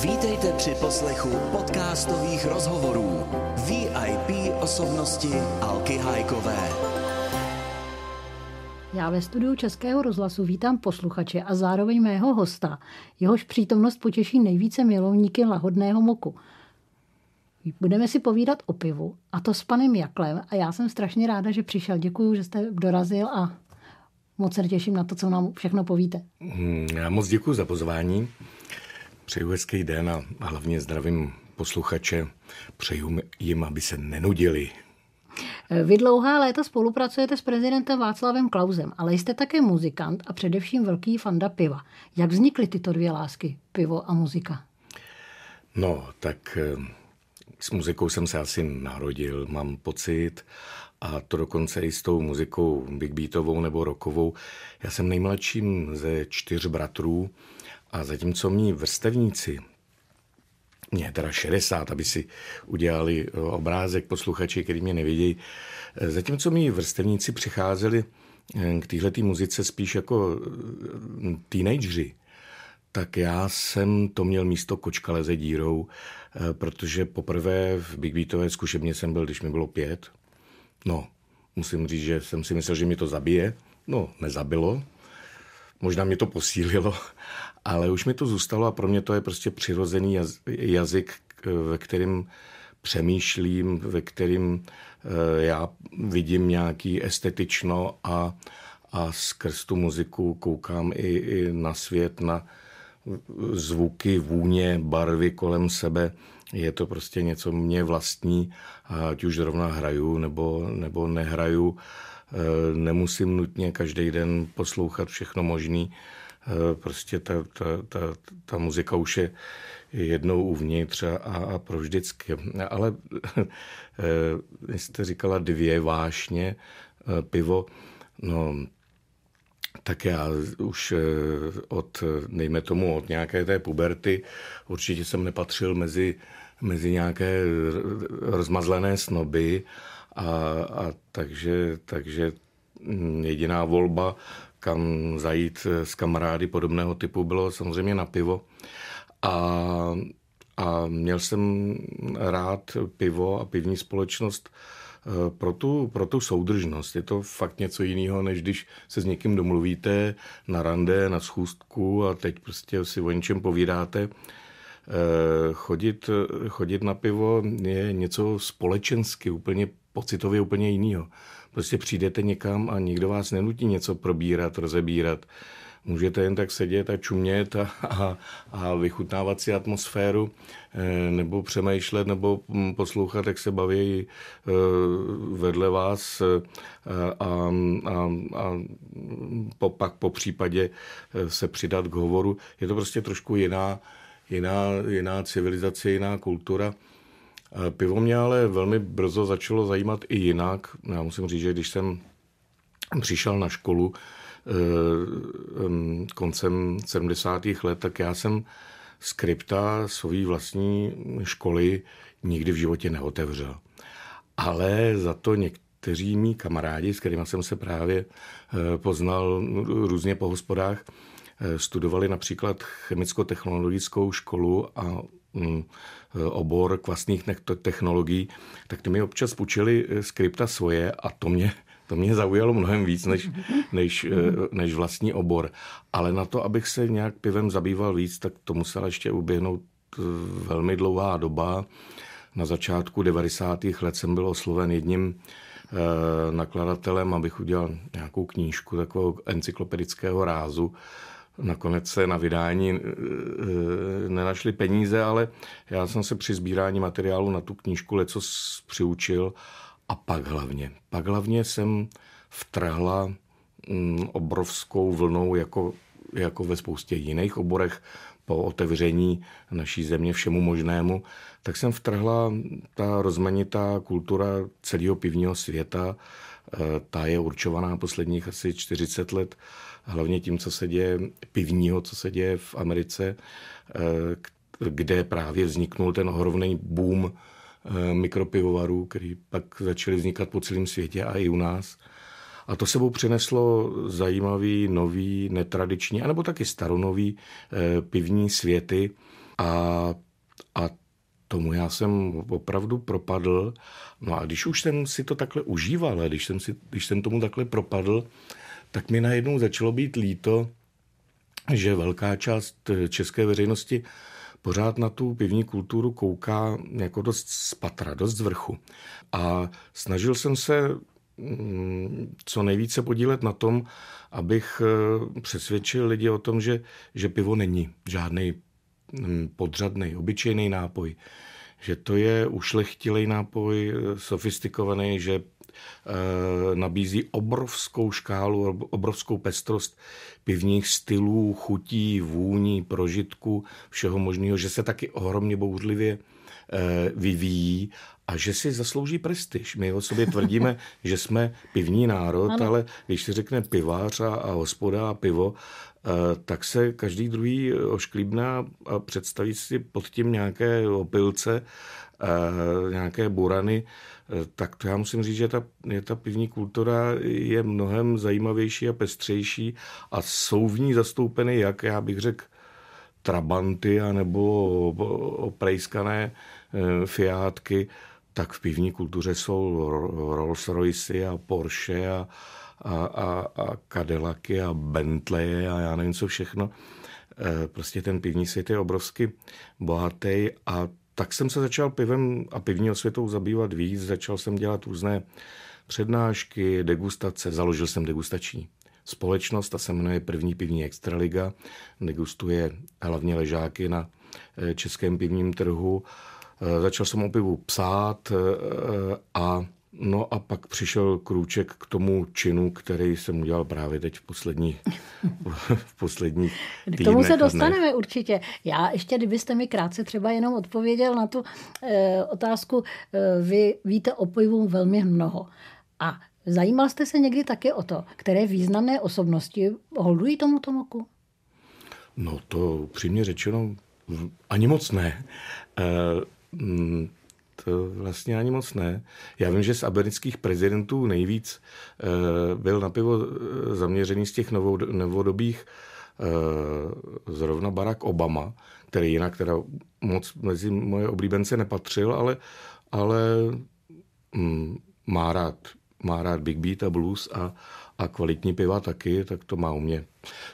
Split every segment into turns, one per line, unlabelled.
Vítejte při poslechu podcastových rozhovorů VIP osobnosti Alky Hájkové.
Já ve studiu Českého rozhlasu vítám posluchače a zároveň mého hosta. Jehož přítomnost potěší nejvíce milovníky lahodného moku. Budeme si povídat o pivu, a to s panem Jaklem. A já jsem strašně ráda, že přišel. Děkuju, že jste dorazil a moc se těším na to, co nám všechno povíte.
Já moc děkuji za pozvání. Přeju hezký den a hlavně zdravím posluchače. Přeju jim, aby se nenudili.
Vy dlouhá léta spolupracujete s prezidentem Václavem Klausem, ale jste také muzikant a především velký fanda piva. Jak vznikly tyto dvě lásky, pivo a muzika?
No, tak s muzikou jsem se asi narodil, mám pocit, a to dokonce i s tou muzikou big beatovou nebo rockovou. Já jsem nejmladším ze 4 bratrů a zatímco mí vrstevníci, mě teda 60, aby si udělali obrázek posluchači, který mě nevědějí, zatímco mí vrstevníci přicházeli k téhletý muzice spíš jako teenageři, tak já jsem to měl místo kočka leze dírou, protože poprvé v big beatové zkušebně jsem byl, když mi bylo 5. No, musím říct, že jsem si myslel, že mě to zabije. No, nezabilo. Možná mě to posílilo, ale už mi to zůstalo a pro mě to je prostě přirozený jazyk, ve kterým přemýšlím, ve kterým já vidím nějaký estetično a skrz tu muziku koukám i na svět, na zvuky, vůně, barvy kolem sebe. Je to prostě něco mě vlastní, ať už zrovna hraju nebo nehraju. Nemusím nutně každý den poslouchat všechno možný. Prostě ta muzika už je jednou uvnitř a pro vždycky. Ale jste říkala 2 vášně, pivo. No, tak já už dejme tomu, od nějaké té puberty určitě jsem nepatřil mezi nějaké rozmazlené snoby a takže jediná volba, kam zajít s kamarády podobného typu, bylo samozřejmě na pivo. A měl jsem rád pivo a pivní společnost pro tu soudržnost. Je to fakt něco jiného, než když se s někým domluvíte na rande, na schůzku a teď prostě si o něčem povídáte. Chodit na pivo je něco společensky, úplně pocitově úplně jiného. Prostě přijdete někam a nikdo vás nenutí něco probírat, rozebírat. Můžete jen tak sedět a čumět a vychutnávat si atmosféru, nebo přemýšlet, nebo poslouchat, jak se baví vedle vás a pak po případě se přidat k hovoru. Je to prostě trošku jiná civilizace, jiná kultura. Pivo mě ale velmi brzo začalo zajímat i jinak. Já musím říct, že když jsem přišel na školu koncem 70. let, tak já jsem skripta svojí vlastní školy nikdy v životě neotevřel. Ale za to někteří mý kamarádi, s kterými jsem se právě poznal různě po hospodách, studovali například chemicko-technologickou školu a obor kvasných technologií, tak ty mi občas půjčili skripta svoje a to mě zaujalo mnohem víc než vlastní obor. Ale na to, abych se nějak pivem zabýval víc, tak to musela ještě uběhnout velmi dlouhá doba. Na začátku 90. let jsem byl osloven jedním nakladatelem, abych udělal nějakou knížku takového encyklopedického rázu. Nakonec se na vydání nenašly peníze, ale já jsem se při sbírání materiálu na tu knížku lecos přiučil a pak hlavně jsem vtrhla obrovskou vlnou, jako ve spoustě jiných oborech po otevření naší země všemu možnému, tak jsem vtrhla ta rozmanitá kultura celého pivního světa. Ta je určovaná posledních asi 40 let, hlavně tím, co se děje pivního, co se děje v Americe, kde právě vzniknul ten ohromný boom mikropivovarů, který pak začaly vznikat po celém světě a i u nás. A to sebou přineslo zajímavý, nový, netradiční, anebo taky staronový pivní světy. A tomu já jsem opravdu propadl. No a když už jsem si to takhle užíval, a když jsem tomu takhle propadl, tak mi najednou začalo být líto, že velká část české veřejnosti pořád na tu pivní kulturu kouká jako dost z patra, dost z vrchu. A snažil jsem se co nejvíce podílet na tom, abych přesvědčil lidi o tom, že pivo není žádný podřadný, obyčejný nápoj. Že to je ušlechtilej nápoj, sofistikovaný, že nabízí obrovskou škálu, obrovskou pestrost pivních stylů, chutí, vůní, prožitků, všeho možného, že se taky ohromně bouřlivě vyvíjí a že si zaslouží prestiž. My o sobě tvrdíme, že jsme pivní národ, ano. Ale když se řekne pivář a hospoda a pivo, tak se každý druhý ošklíbne a představí si pod tím nějaké opilce, nějaké burany, tak to já musím říct, že ta pivní kultura je mnohem zajímavější a pestřejší a jsou v ní zastoupeny, jak já bych řekl, trabanty anebo oprejskané fiátky, tak v pivní kultuře jsou Rolls Royce a Porsche a Cadillacy a Bentley a já nevím co všechno. Prostě ten pivní svět je obrovsky bohatý a tak jsem se začal pivem a pivní osvětou zabývat víc. Začal jsem dělat různé přednášky, degustace. Založil jsem degustační společnost, ta se jmenuje První pivní extraliga. Degustuje hlavně ležáky na českém pivním trhu. Začal jsem o pivu psát a pak přišel krůček k tomu činu, který jsem udělal právě teď v posledních týdnech.
K tomu se dostaneme určitě. Já ještě, kdybyste mi krátce třeba jenom odpověděl na tu otázku, vy víte o pivu velmi mnoho. A zajímal jste se někdy taky o to, které významné osobnosti holdují tomuto moku?
No to upřímně řečeno ani moc ne. To vlastně ani moc ne. Já vím, že z amerických prezidentů nejvíc byl na pivo zaměřený z těch novodobých zrovna Barack Obama, který jinak teda moc mezi moje oblíbence nepatřil, ale má rád Big Beat a blues a kvalitní piva taky, tak to má u mě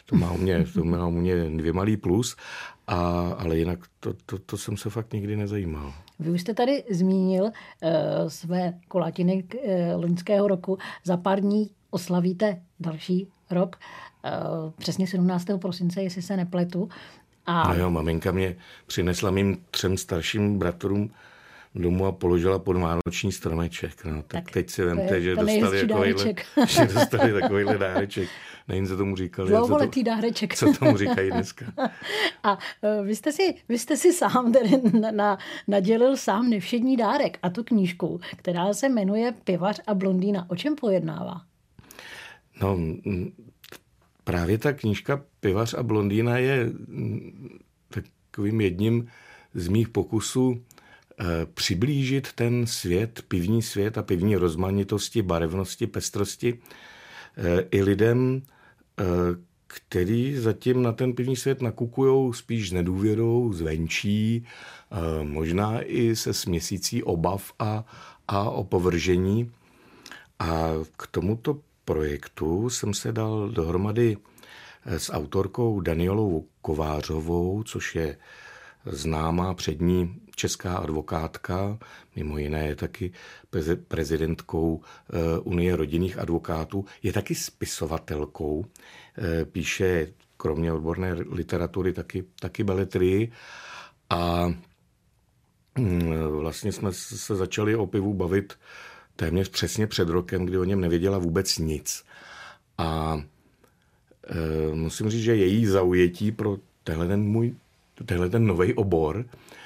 2 malý plus, ale jinak to jsem se fakt nikdy nezajímal.
Vy už jste tady zmínil své kulatiny loňského roku. Za pár dní oslavíte další rok, přesně 17. prosince, jestli se nepletu.
No jo, maminka mě přinesla mým 3 starším bratrům domů a položila pod vánoční stromeček. No, tak teď si vemte, že dostali takovýhle dáreček. Nevím, co tomu říkali.
Dlouholetý dáreček.
Co tomu říkají dneska.
A vy jste si sám nadělil sám nevšední dárek a tu knížku, která se jmenuje Pivař a blondýna. O čem pojednává?
No, právě ta knížka Pivař a blondýna je takovým jedním z mých pokusů přiblížit ten svět, pivní svět a pivní rozmanitosti, barevnosti, pestrosti i lidem, který zatím na ten pivní svět nakukujou spíš s nedůvěrou, zvenčí, možná i se směsící obav a opovržení. A k tomuto projektu jsem se dal dohromady s autorkou Danielou Kovářovou, což je známá přední česká advokátka, mimo jiné je taky prezidentkou Unie rodinných advokátů, je taky spisovatelkou, píše kromě odborné literatury taky beletrii a vlastně jsme se začali o pivu bavit téměř přesně před rokem, kdy o něm nevěděla vůbec nic. A musím říct, že její zaujetí pro tenhle ten nový obor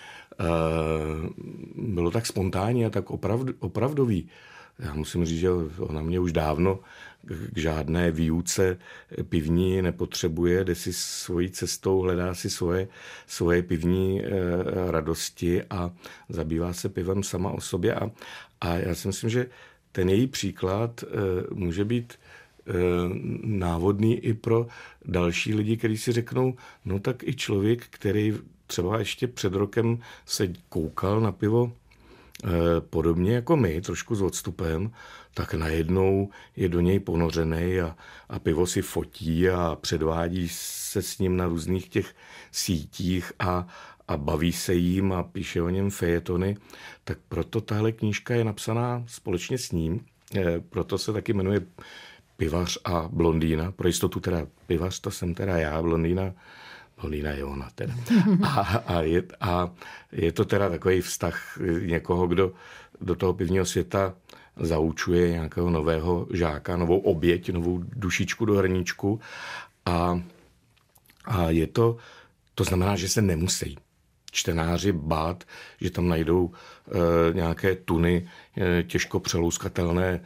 bylo tak spontánní a tak opravdový. Já musím říct, že ona mě už dávno k žádné výuce pivní nepotřebuje, jde si svojí cestou, hledá si svoje pivní radosti a zabývá se pivem sama o sobě. A já si myslím, že ten její příklad může být návodný i pro další lidi, kteří si řeknou, no tak i člověk, který třeba ještě před rokem se koukal na pivo podobně jako my, trošku s odstupem, tak najednou je do něj ponořený a pivo si fotí a předvádí se s ním na různých těch sítích a baví se jím a píše o něm fejetony. Tak proto tahle knížka je napsaná společně s ním, proto se taky jmenuje Pivař a blondýna. Pro jistotu teda pivař, to jsem teda já, blondýna je ona teda. A je to teda takový vztah někoho, kdo do toho pivního světa zaučuje nějakého nového žáka, novou oběť, novou dušičku do hrníčku. A je to znamená, že se nemusí čtenáři bát, že tam najdou nějaké tuny těžko přelouskatelné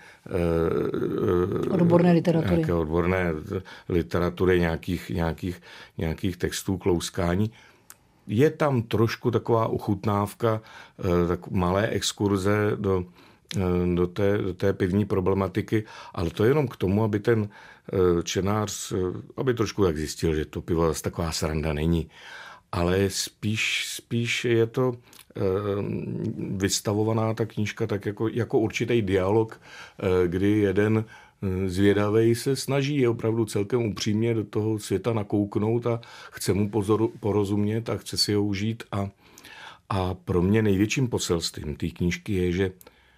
odborné literatury.
Nějaké odborné literatury, nějakých textů k louskání. Je tam trošku taková uchutnávka, tak malé exkurze do té pivní problematiky, ale to je jenom k tomu, aby ten čtenář, aby trošku tak zjistil, že to pivo zase taková sranda není. Ale spíš je to vystavovaná ta knížka tak jako určitý dialog, kdy jeden zvědavej se snaží je opravdu celkem upřímně do toho světa nakouknout a chce mu porozumět a chce si ho užít. A pro mě největším poselstvím té knížky je, že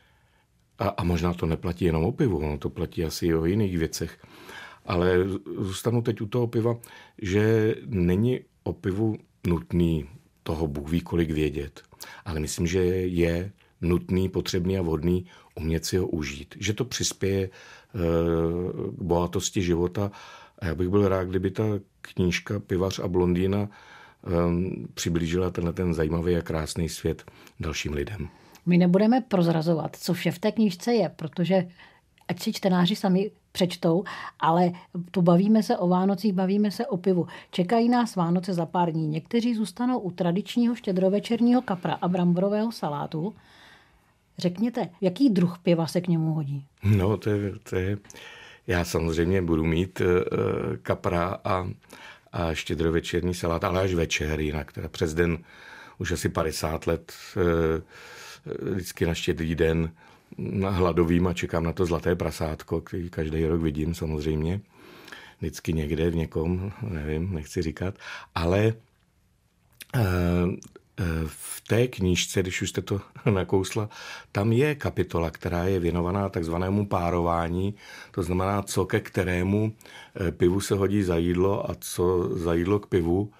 a možná to neplatí jenom o pivu, ono to platí asi i o jiných věcech, ale zůstanu teď u toho piva, že není o pivu nutný toho Bůh ví kolik vědět, ale myslím, že je nutný, potřebný a vhodný umět si ho užít. Že to přispěje k bohatosti života a já bych byl rád, kdyby ta knížka Pivař a blondýna přiblížila ten zajímavý a krásný svět dalším lidem.
My nebudeme prozrazovat, co vše v té knížce je, protože ať si čtenáři sami přečtou, ale tu bavíme se o Vánocích, bavíme se o pivu. Čekají nás Vánoce za pár dní. Někteří zůstanou u tradičního štědrovečerního kapra a bramborového salátu. Řekněte, jaký druh piva se k němu hodí?
No, to je já samozřejmě budu mít kapra a štědrovečerní salát, ale až večer, jinak teda přes den už asi 50 let vždycky na Štědrý den hladovým a čekám na to zlaté prasátko, který každý rok vidím samozřejmě. Vždycky někde v někom, nevím, nechci říkat. Ale v té knížce, když už jste to nakousla, tam je kapitola, která je věnovaná takzvanému párování, to znamená, co ke kterému pivu se hodí za jídlo a co za jídlo k pivu.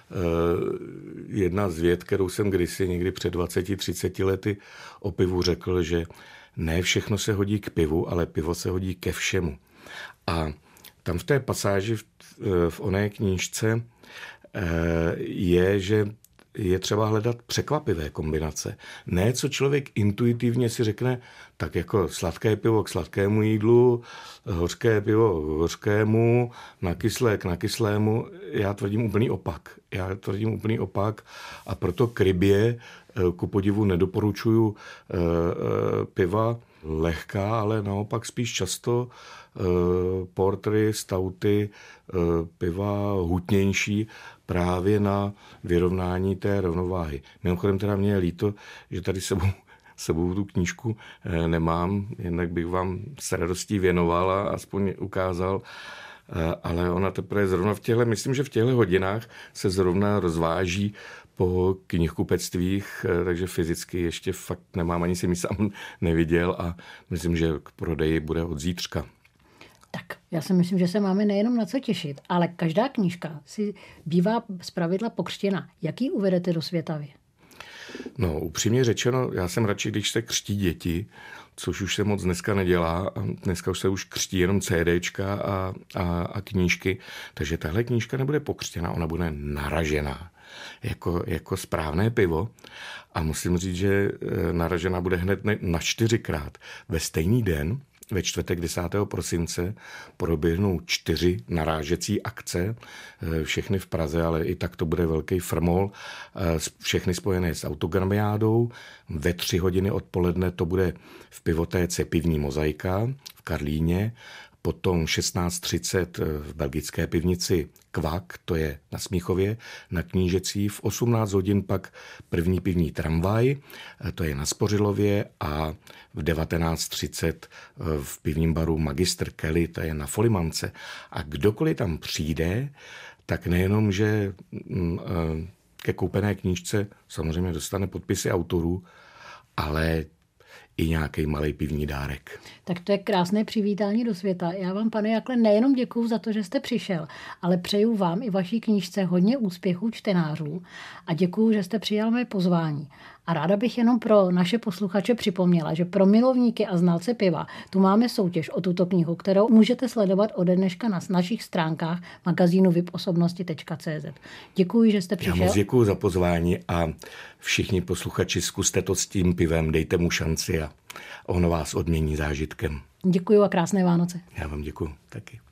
Jedna z vět, kterou jsem kdysi někdy před 20-30 lety o pivu řekl, že ne všechno se hodí k pivu, ale pivo se hodí ke všemu. A tam v té pasáži v oné knížce je, že je třeba hledat překvapivé kombinace. Ne, co člověk intuitivně si řekne, tak jako sladké pivo k sladkému jídlu, hořké pivo k hořkému, nakyslé k nakyslému. Já tvrdím úplný opak a proto k rybě ku podivu nedoporučuju piva lehká, ale naopak spíš často portry, stouty, piva hutnější právě na vyrovnání té rovnováhy. Mimochodem teda mě je líto, že tady sebou tu knížku nemám, jinak bych vám s radostí věnoval a aspoň ukázal, ale ona teprve zrovna myslím, že v těchto hodinách se zrovna rozváží po knihkupectvích, takže fyzicky ještě fakt nemám, ani jsem ji sám neviděl a myslím, že k prodeji bude od zítřka.
Tak, já si myslím, že se máme nejenom na co těšit, ale každá knížka si bývá zpravidla pokřtěna. Jaký uvedete do světa vy?
No, upřímně řečeno, já jsem radši, když se křtí děti, což už se moc dneska nedělá. Dneska už se křtí jenom CDčka a knížky, takže tahle knížka nebude pokřtěna, ona bude naražená jako správné pivo. A musím říct, že naražená bude hned na 4krát. Ve stejný den, ve čtvrtek 10. prosince, proběhnou 4 narážecí akce, všechny v Praze, ale i tak to bude velký frmol, všechny spojené s autogramiádou. Ve 3 hodiny odpoledne to bude v pivotéce Pivní mozaika v Karlíně, potom 16:30 v belgické pivnici Kvak, to je na Smíchově, na Knížecí, v 18 hodin pak první pivní tramvaj, to je na Spořilově, a v 19:30 v pivním baru Magistr Kelly, to je na Folimance. A kdokoliv tam přijde, tak nejenom, že ke koupené knížce samozřejmě dostane podpisy autorů, ale i nějaký malý pivní dárek.
Tak to je krásné přivítání do světa. Já vám, pane Jakle, nejenom děkuju za to, že jste přišel, ale přeju vám i vaší knížce hodně úspěchů čtenářů a děkuju, že jste přijal mé pozvání. A ráda bych jenom pro naše posluchače připomněla, že pro milovníky a znalce piva tu máme soutěž o tuto knihu, kterou můžete sledovat ode dneška na našich stránkách magazínu viposobnosti.cz. Děkuji, že jste přišel.
Já moc děkuji za pozvání a všichni posluchači, zkuste to s tím pivem, dejte mu šanci a ono vás odmění zážitkem.
Děkuji a krásné Vánoce.
Já vám děkuji taky.